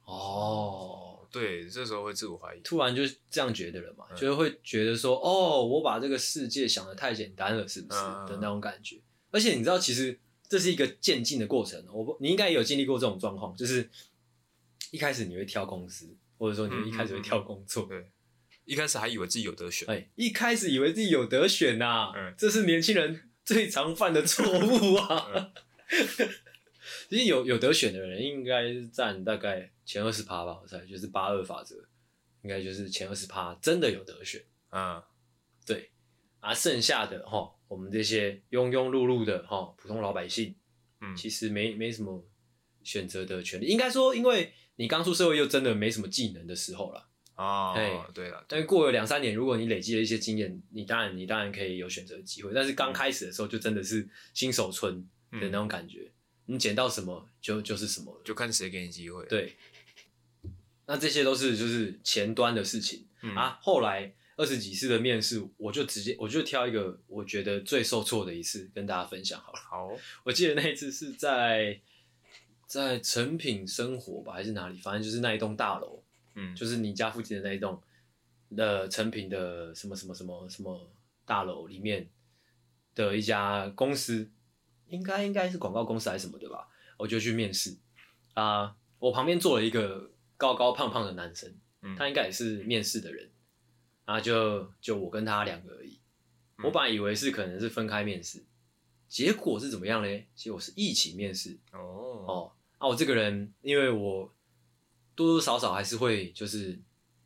对，这时候会自我怀疑， 突然就这样觉得了嘛，就会觉得说我把这个世界想得太简单了，是不是的那种感觉。而且你知道，其实这是一个渐进的过程。你应该也有经历过这种状况，就是一开始你会挑公司，或者说你一开始会挑工作， 对，一开始还以为自己有得选， 一开始以为自己有得选这是年轻人最常犯的错误啊。其实有得选的人应该是占大概前20%吧，我猜就是82法则，应该就是前20%真的有得选。对剩下的我们这些庸庸碌碌的普通老百姓，其实没什么选择的权利。应该说，因为你刚出社会又真的没什么技能的时候啦。 对了， 但是过了2-3年，如果你累积了一些经验，你当然可以有选择的机会。但是刚开始的时候，就真的是新手村的那种感觉，你捡到什么就是什么了， 就看谁给你机会。 对，那这些都是就是前端的事情后来20几次的面试，我就挑一个我觉得最受挫的一次跟大家分享好了。 好， 我记得那一次是在诚品生活吧，还是哪里？反正就是那一栋大楼。就是你家附近的那一栋诚品的什么什么什么什么大楼里面的一家公司，应该是广告公司还是什么的吧。我就去面试我旁边坐了一个高高胖胖的男生，他应该也是面试的人就我跟他2个而已。我本来以为是可能是分开面试，结果是怎么样呢？结果是一起面试。我这个人因为我多多少少还是会就是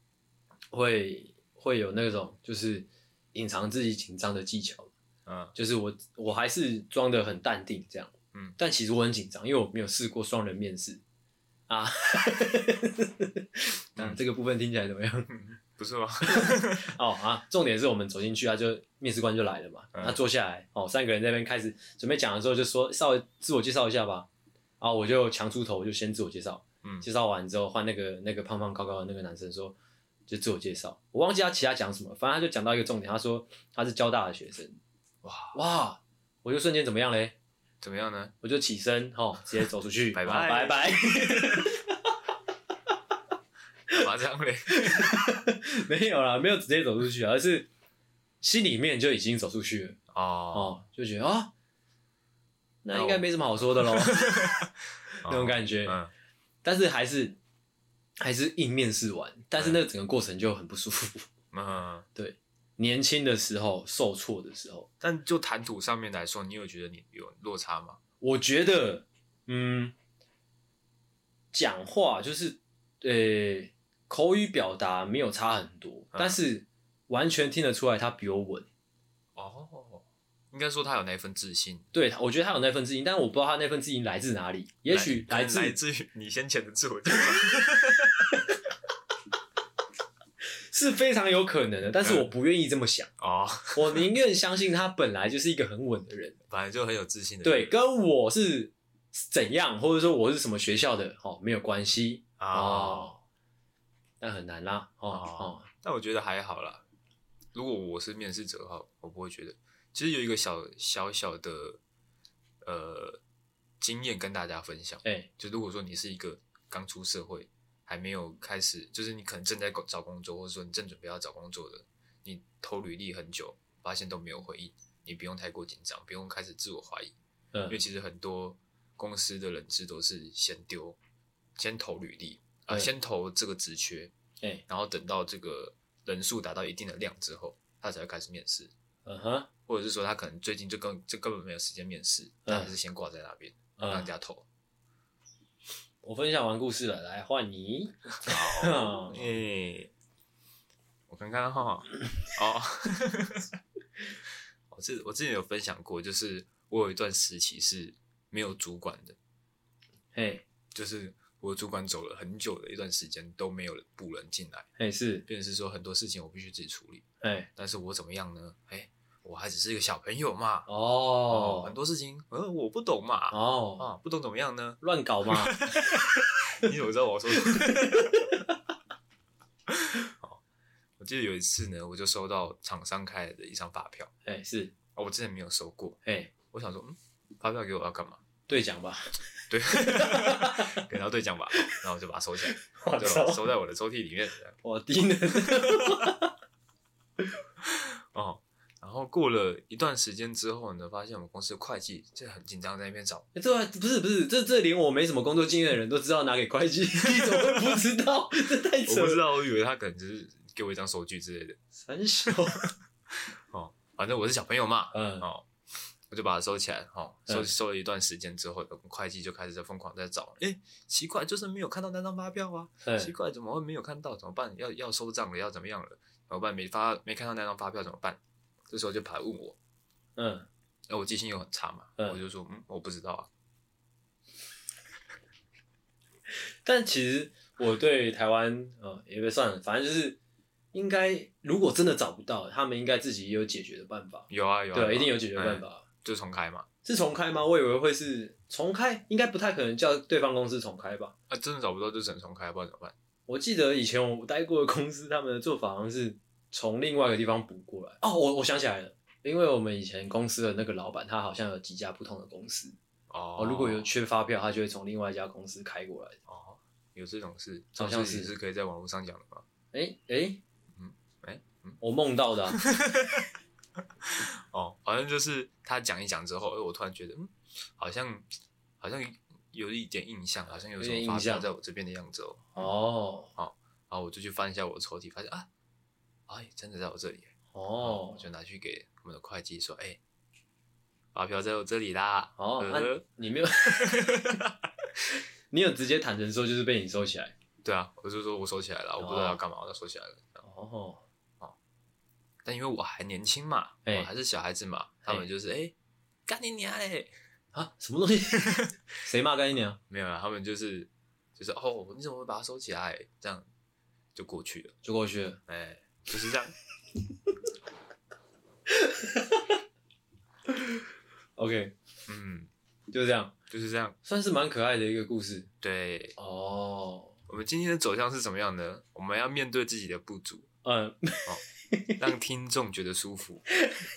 会有那种就是隐藏自己紧张的技巧。就是我还是装得很淡定这样。但其实我很紧张，因为我没有试过双人面试这个部分听起来怎么样？ 不是吗？ 重点是我们走进去，就面试官就来了嘛，他坐下来，三个人在那边开始准备讲的时候，就说稍微自我介绍一下吧，然后我就强出头，我就先自我介绍，介绍完之后换那个胖胖高高的那个男生说，就自我介绍，我忘记他其他讲什么，反正他就讲到一个重点，他说他是交大的学生，哇，我就瞬间怎么样嘞？ 怎么样呢？ 我就起身，直接走出去， 拜拜拜拜。 干嘛这样嘞？ 没有啦，没有直接走出去，而是心里面就已经走出去了。就觉得那应该没什么好说的咯。那种感觉。但是还是硬面试完，但是那个整个过程就很不舒服。对，年轻的时候受挫的时候， 但就谈吐上面来说，你有觉得你有落差吗？ 我觉得，讲话就是口语表达没有差很多，但是完全听得出来他比我稳。 应该说他有那份自信。 对，我觉得他有那份自信，但是我不知道他那份自信来自哪里，也许来自于你先前的自我介绍。 是非常有可能的，但是我不愿意这么想。我宁愿相信他本来就是一个很稳的人， 本来就很有自信的人。 对，跟我是怎样，或者说我是什么学校的，没有关系。但很难啦。 但我觉得还好啦。如果我是面试者的话，我不会觉得。其实有一个小的经验跟大家分享。就如果说你是一个刚出社会，还没有开始，就是你可能正在找工作，或者说你正准备要找工作的，你投履历很久，发现都没有回应，你不用太过紧张，不用开始自我怀疑。因为其实很多公司的人资都是先投履历，先投这个职缺，然后等到这个人数达到一定的量之后，他才会开始面试。或者是说他可能最近就根本没有时间面试，他还是先挂在那边，让人家投。 我分享完故事了，来换你。 好，我看看哈。我之前有分享过，就是我有一段时期是没有主管的。就是我的主管走了很久的一段时间都没有补人进来。 是， 变成是说很多事情我必须自己处理。但是我怎么样呢？我还只是一个小朋友嘛。很多事情我不懂嘛。不懂怎么样呢？ 乱搞嘛。 你怎么知道我说什么？我记得有一次呢，我就收到厂商开的一张发票。 是。 我之前没有收过。我想说，发票给我要干嘛？ 兑奖吧。 对。给他兑奖吧，然后我就把它收起来，就收在我的抽屉里面。 我低能。 然后过了一段时间之后呢，发现我们公司的会计就很紧张在那边找。 这不是，这连我没什么工作经验的人都知道拿给会计，你怎么会不知道？这太扯了。 我不知道，我以为他可能只是给我一张收据之类的。 三小。 反正我是小朋友嘛。我就把它收起来。收了一段时间之后，会计就开始在疯狂在找。奇怪，就是没有看到那张发票啊。奇怪，怎么会没有看到？怎么办？要收账了，要怎么样了？怎么办？没看到那张发票怎么办？这时候就跑来问我。我记性又很差嘛。我就说我不知道啊。 但其实我对台湾也不算了，反正就是应该，如果真的找不到，他们应该自己也有解决的办法。 有啊， 对，一定有解决办法。 就重开嘛。 是重开吗？我以为会是重开，应该不太可能叫对方公司重开吧。 真的找不到就只能重开，不然怎么办？ 我记得以前我待过的公司，他们的做法好像是从另外一个地方补过来。我想起来了，因为我们以前公司的那个老板，他好像有几家不同的公司。如果有缺发票，他就会从另外一家公司开过来。 有这种事， 好像是可以在网络上讲的吗？ 我梦到的。 好像就是他讲一讲之后，我突然觉得，好像有一点印象，好像有什么发票在我这边的样子。然后我就去翻一下我的抽屉，发现真的在我这里。我就拿去给我们的会计说，发票在我这里啦。 你没有，你有直接坦诚说就是被你收起来？ 对啊，我就说我收起来了，我不知道要干嘛，我就收起来了。但因为我还年轻嘛，我还是小孩子嘛，他们就是干你娘嘞！ 什么东西？谁骂干你娘？ 没有啦，他们就是你怎么会把它收起来？这样就过去了， 就过去了。 哎，就是这样。 OK，就这样， 就是这样， 算是蛮可爱的一个故事。 对。 哦， 我们今天的走向是怎么样呢？我们要面对自己的不足，让听众觉得舒服。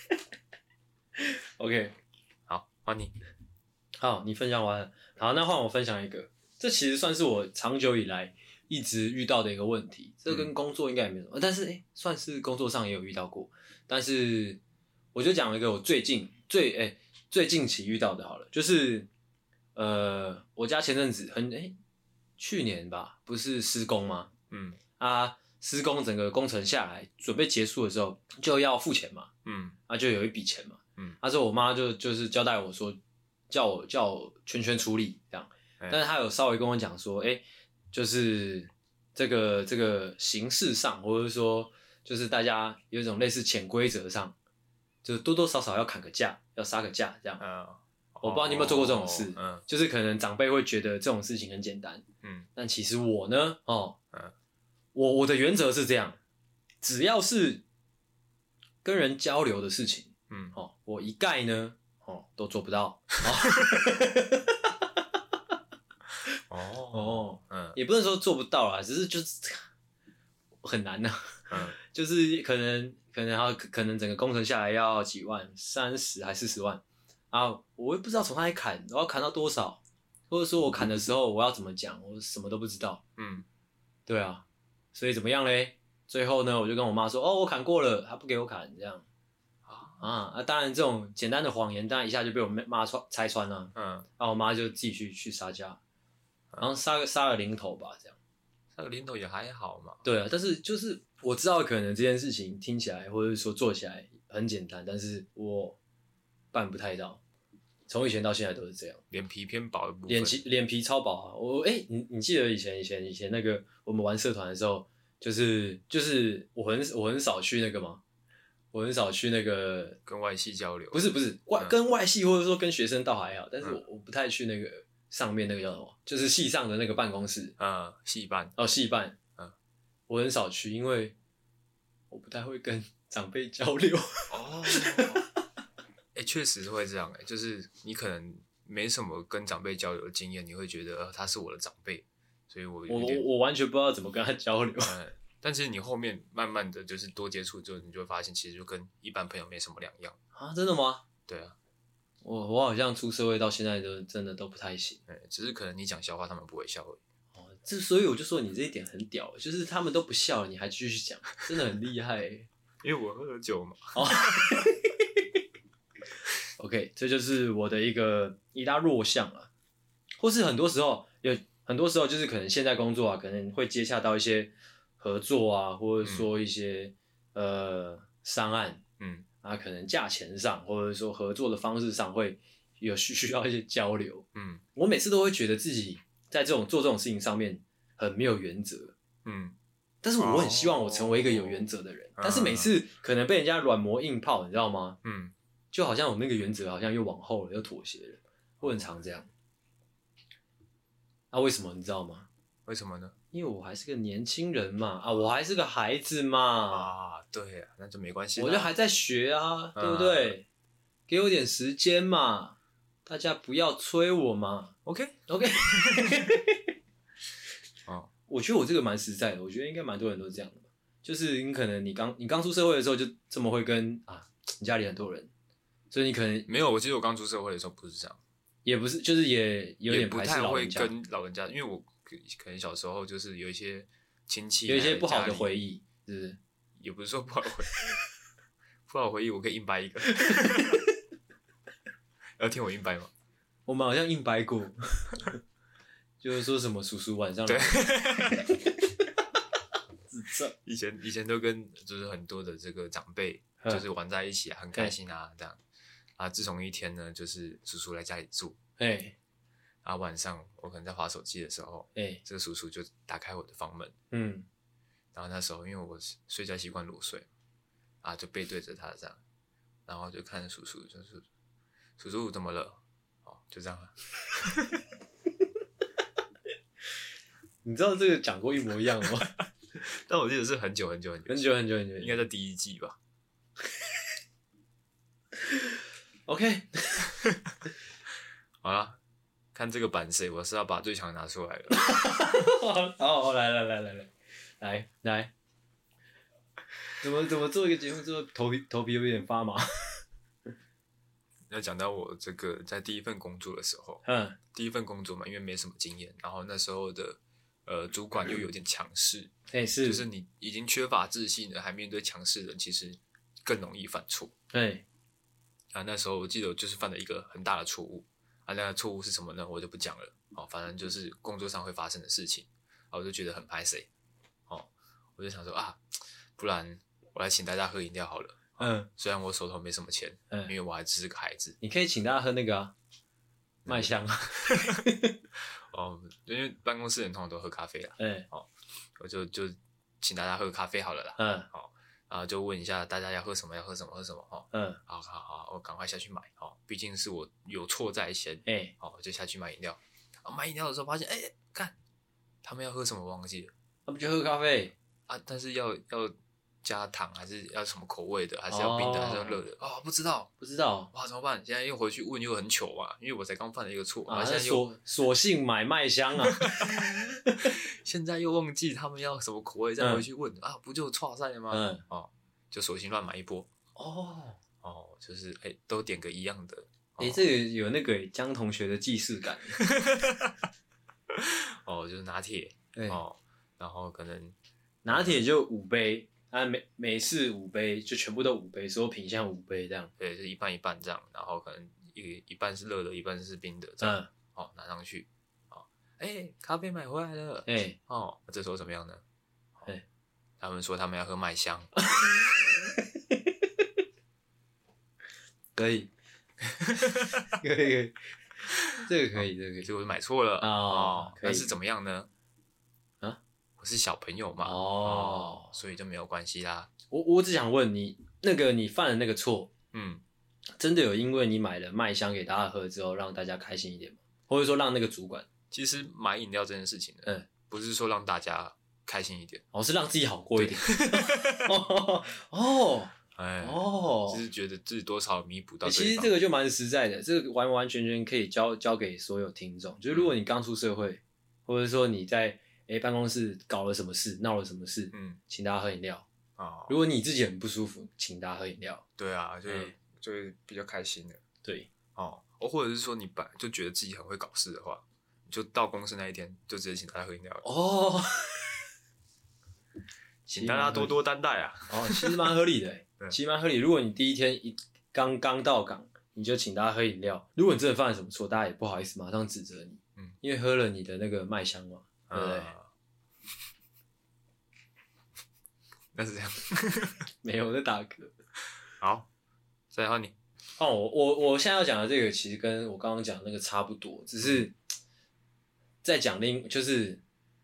OK， 好，换你。 好，你分享完了，好，那换我分享一个。这其实算是我长久以来一直遇到的一个问题，这跟工作应该也没什么，但是算是工作上也有遇到过。但是我就讲一个我最近期遇到的好了，就是我家前阵子去年吧，不是施工吗？施工整个工程下来，准备结束的时候就要付钱嘛，就有一笔钱嘛，之后我妈就是交代我说，叫我全处理这样，但是她有稍微跟我讲说，就是这个形式上，或者说就是大家有一种类似潜规则上，就是多多少少要砍个价，要杀个价这样。我不知道你有没有做过这种事，就是可能长辈会觉得这种事情很简单，但其实我呢，我的原则是这样，只要是跟人交流的事情，我一概呢，都做不到。也不能说做不到啦，只是就是很难呐。就是可能整个工程下来要几万，30还40万啊，我也不知道从哪里砍，我要砍到多少，或者说我砍的时候我要怎么讲，我什么都不知道。对啊，所以怎么样嘞？最后呢，我就跟我妈说，我砍过了，她不给我砍，这样。当然这种简单的谎言，当然一下就被我妈拆穿了。我妈就自己去杀价，然后杀个零头吧，这样。 杀个零头也还好嘛。 对啊，但是就是我知道可能这件事情听起来或者是说做起来很简单，但是我办不太到，从以前到现在都是这样。 脸皮偏薄的部分。 脸皮超薄啊！你记得以前那个我们玩社团的时候，就是我很少去那个吗？我很少去那个跟外系交流。 不是跟外系或者说跟学生倒还好，但是我不太去那个上面那个叫什么，就是系上的那个办公室。 系办。 系办。我很少去，因为我不太会跟长辈交流。 确实是会这样。就是你可能没什么跟长辈交流的经验，你会觉得他是我的长辈，所以我完全不知道怎么跟他交流。 但其实你后面慢慢的就是多接触之后，你就会发现其实就跟一般朋友没什么两样。 真的吗？ 对啊。 我好像出社会到现在都真的都不太行。 只是可能你讲笑话他们不会笑而已。 所以我就说你这一点很屌，就是他们都不笑了，你还继续讲，真的很厉害。 因为我喝了酒嘛。 OK， 这就是我的一大弱项啊，或是很多时候就是可能现在工作可能会接洽到一些合作啊，或者说一些商案，可能价钱上或者说合作的方式上会有需要一些交流，我每次都会觉得自己在做这种事情上面很没有原则，但是我很希望我成为一个有原则的人，但是每次可能被人家软磨硬泡，你知道吗？就好像我那个原则好像又往后了，又妥协了，我很常这样。为什么你知道吗？ 为什么呢？ 因为我还是个年轻人嘛，我还是个孩子嘛。 对啊，那就没关系。 我就还在学啊，对不对？给我点时间嘛，大家不要催我嘛。OK。我觉得我这个蛮实在的，我觉得应该蛮多人都是这样的，就是你可能你刚出社会的时候就这么会跟你家里很多人。所以你可能没有，我记得我刚出社会的时候不是这样， 也不是，就是也有点排斥老人家， 也不太会跟老人家，因为我可能小时候就是有一些亲戚， 有一些不好的回忆，是不是？ 也不是说不好的回忆，不好的回忆我可以硬掰一个，要听我硬掰吗？ 我们好像硬掰过，就是说什么叔叔晚上对， 以前都跟就是很多的这个长辈。就是玩在一起很开心这样自从一天呢，就是叔叔来家里住，然后晚上我可能在滑手机的时候，这个叔叔就打开我的房门，然后那时候因为我睡觉习惯裸睡就背对着他这样，然后就看着叔叔，就是叔叔怎么了？就这样了。 你知道这个讲过一模一样的吗？ 但我记得是很久，应该在第1季吧。 OK， 好啦，看这个版谁，我是要把最强拿出来了。 好，来，怎么做一个节目，之后头皮有点发麻。 要讲到我这个在第一份工作的时候，第一份工作嘛，因为没什么经验，然后那时候的主管又有点强势， 是， 就是你已经缺乏自信了，还面对强势的人，其实更容易犯错。那时候我记得我就是犯了一个很大的错误那个错误是什么呢？我就不讲了反正就是工作上会发生的事情我就觉得很拍谁我就想说不然我来请大家喝饮料好了。虽然我手头没什么钱，因为我还只是个孩子。 你可以请大家喝那个麦香因为办公室人通常都喝咖啡啦。我就请大家喝咖啡好了啦。然后就问一下大家要喝什么好，我赶快下去买毕竟是我有错在先。我就下去买饮料。买饮料的时候发现，看他们要喝什么忘记了。 他们就喝咖啡但是要加糖还是要什么口味的，还是要冰的，还是要热的不知道哇，怎么办？现在又回去问又很糗嘛，因为我才刚犯了一个错现在又索性买麦香现在又忘记他们要什么口味，再回去问不就错赛了吗？就索性乱买一波就是都点个一样的这个有那个江同学的既视感就是拿铁然后可能拿铁就5杯美式5杯，就全部都5杯，所有品项5杯这样。 对，是一半一半这样，然后可能一半是热的，一半是冰的这样。拿上去咖啡买回来了。这时候怎么样呢？他们说他们要喝麦香。 可以，这个可以， 结果买错了但是怎么样呢？我是小朋友嘛所以就没有关系啦。 我只想问你，你犯的那个错真的有因为你买了麦香给大家喝之后让大家开心一点吗？或者说让那个主管其实买饮料这件事情呢不是说让大家开心一点是让自己好过一点就是觉得自己多少弥补到对方。 其实这个就蛮实在的，这个完完全全可以交给所有听众。就是如果你刚出社会或者说你在办公室搞了什么事，闹了什么事请大家喝饮料如果你自己很不舒服，请大家喝饮料。 对就会比较开心的。 对或者是说你本来就觉得自己很会搞事的话，你就到公司那一天就直接请大家喝饮料了请大家多多担待其实蛮合理的其实蛮合理。如果你第一天刚到岗，你就请大家喝饮料，如果你真的犯了什么错，大家也不好意思马上指责你因为喝了你的那个麦香嘛对不对？ 那是这样没有，我在打嗝。 好，再来换你我现在要讲的这个其实跟我刚刚讲的那个差不多，只是在讲就是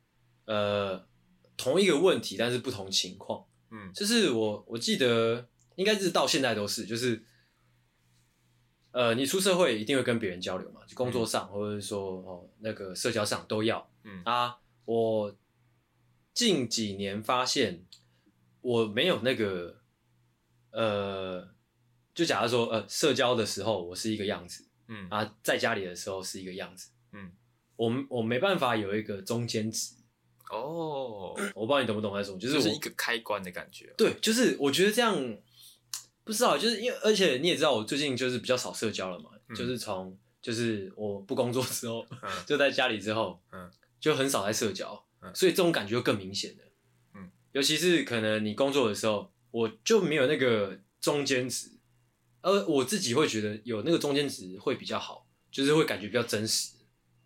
同一个问题，但是不同情况。就是我记得应该是到现在都是，就是你出社会一定会跟别人交流嘛，就工作上或者是说那个社交上都要。我近几年发现我没有那个就假如说社交的时候我是一个样子在家里的时候是一个样子我没办法有一个中间值我不知道你懂不懂我在说， 就是一个开关的感觉。 对，就是我觉得这样不知道，就是因为而且你也知道我最近就是比较少社交了嘛就是从就是我不工作之后就在家里之后就很少在社交所以这种感觉就更明显了尤其是可能你工作的时候我就没有那个中间值我自己会觉得有那个中间值会比较好，就是会感觉比较真实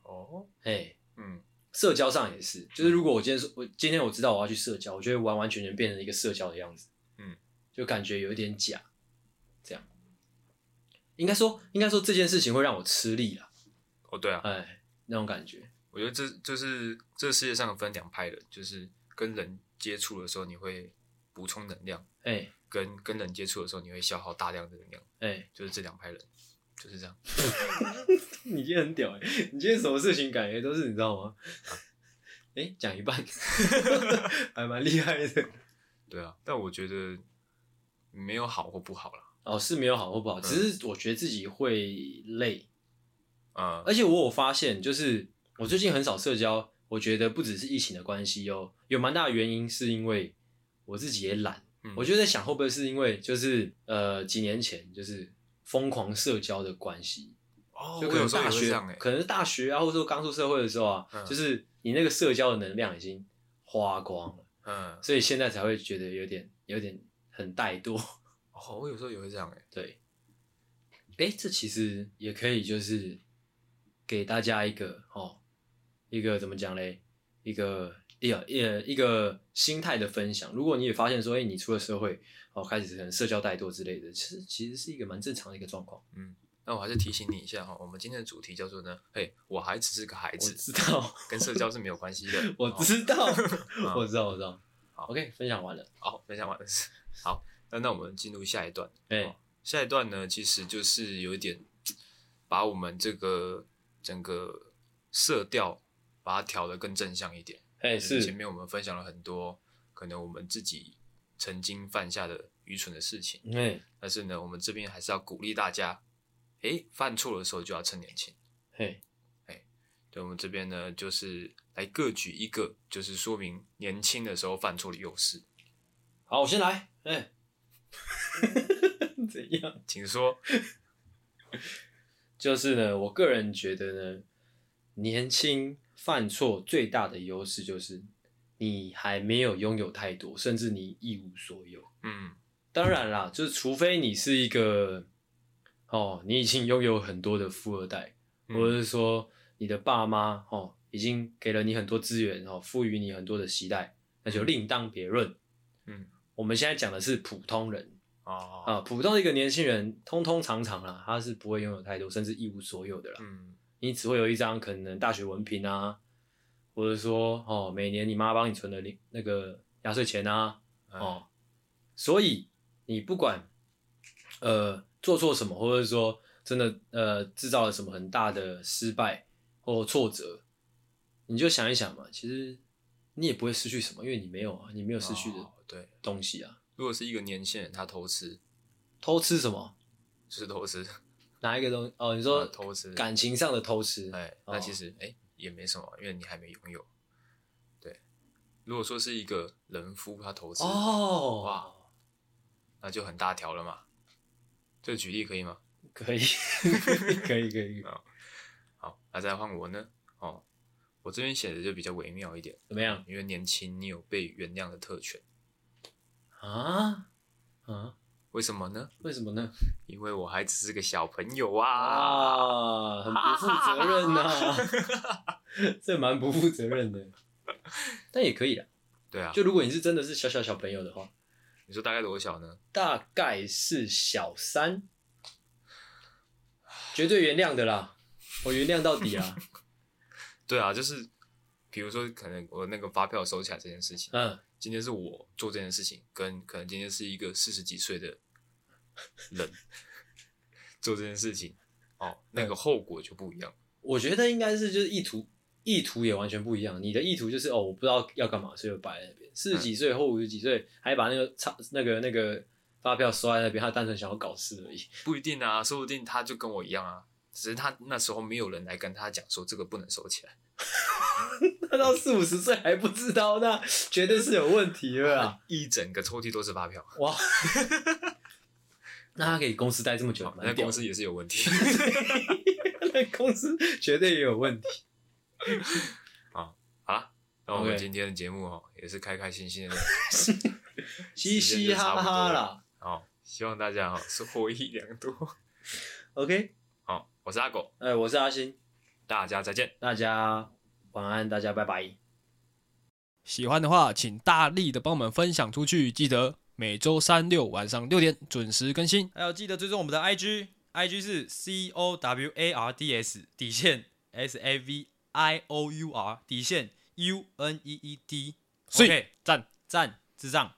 社交上也是，就是如果我今天我知道我要去社交，我就会完完全全变成一个社交的样子就感觉有一点假这样。应该说这件事情会让我吃力啦对啊那种感觉。 我觉得就是这世界上分两派人，就是跟人接触的时候你会补充能量跟人接触的时候你会消耗大量的能量就是这两派人就是这样你今天很屌你今天什么事情感觉都是你知道吗讲一半，还蛮厉害的。 对啊，但我觉得没有好或不好啦。 哦，是没有好或不好，只是我觉得自己会累。而嗯， 且我有发现，就是我最近很少社交，我觉得不只是疫情的关系有蛮大的原因是因为我自己也懒。我就在想会不会是因为就是几年前就是疯狂社交的关系。 哦， 就可能我有时候大学也会这样欸， 可能是大学啊，或者说刚出社会的时候啊，就是你那个社交的能量已经花光了，所以现在才会觉得有点很怠惰。 哦，我有时候也会这样欸。 对，这其实也可以就是给大家一个怎么讲嘞？一个心态的分享。如果你也发现说，你出了社会开始可能社交怠惰之类的，其实是一个蛮正常的一个状况。 那我还是提醒你一下我们今天的主题叫做呢，我还只是个孩子， 我知道， 跟社交是没有关系的。 我知道， 哦我知道。 好 OK， 分享完了。 好，分享完了。好，那我们进入下一段。 哎， 下一段呢，其实就是有一点把我们这个整个色调把它调得更正向一点。 是前面我们分享了很多可能我们自己曾经犯下的愚蠢的事情。但是呢，我们这边还是要鼓励大家，犯错的时候就要趁年轻。对，我们这边呢，就是来各举一个，就是说明年轻的时候犯错的优势。 好，我先来。怎样？ 请说。 就是呢，我个人觉得呢，年轻犯错最大的优势就是你还没有拥有太多，甚至你一无所有。当然啦，就是除非你是一个你已经拥有很多的富二代，或者是说你的爸妈已经给了你很多资源赋予你很多的期待，那就另当别论。我们现在讲的是普通人普通的一个年轻人，通常啦，他是不会拥有太多，甚至一无所有的啦。你只会有一张可能大学文凭啊，或者说每年你妈帮你存的那个压岁钱啊，所以你不管做错什么，或者说真的制造了什么很大的失败或挫折，你就想一想嘛，其实你也不会失去什么，因为你没有失去的东西啊。 如果是一个年轻人他偷吃什么？ 就是偷吃哪一个东西？你说偷吃感情上的偷吃？ 那其实也没什么，因为你还没拥有。对，如果说是一个人夫他偷吃哇，那就很大条了嘛。这个举例可以吗？ 可以，可以。 好，那再换我呢？我这边写的就比较微妙一点。 怎么样？ 因为年轻，你有被原谅的特权。为什么呢？因为我还只是个小朋友啊！ 很不负责任啊！这蛮不负责任的，但也可以啦。 对啊， 就如果你是真的是小朋友的话， 你说大概多小呢？ 大概是小3，绝对原谅的啦，我原谅到底啦。 对啊，就是比如说可能我那个发票收起来这件事情，今天是我做这件事情，跟可能今天是一个40几岁的人做这件事情，那个后果就不一样。 我觉得应该是就是意图也完全不一样。你的意图就是我不知道要干嘛，所以我摆在那边。40几岁或50几岁还把那个发票收在那边，他单纯想要搞事而已。 不一定啊，说不定他就跟我一样啊，只是他那时候没有人来跟他讲说这个不能收起来。 他到40、50岁还不知道，那绝对是有问题了啦！ 一整个抽屉都是发票， 哇！那他给公司待这么久， 那公司也是有问题。 那公司绝对也有问题。 好啦，那我们今天的节目也是开开心心的， 嘻嘻哈哈啦。 希望大家收获益良多。 OK， 好，我是阿狗， 我是阿星， 大家再见， 大家晚安，大家拜拜。 喜欢的话，请大力的帮我们分享出去，记得每周3、6晚上6点准时更新，还有记得追踪我们的 IG 是 COWARDS SAVIOUR UNEED，OK， 赞智障。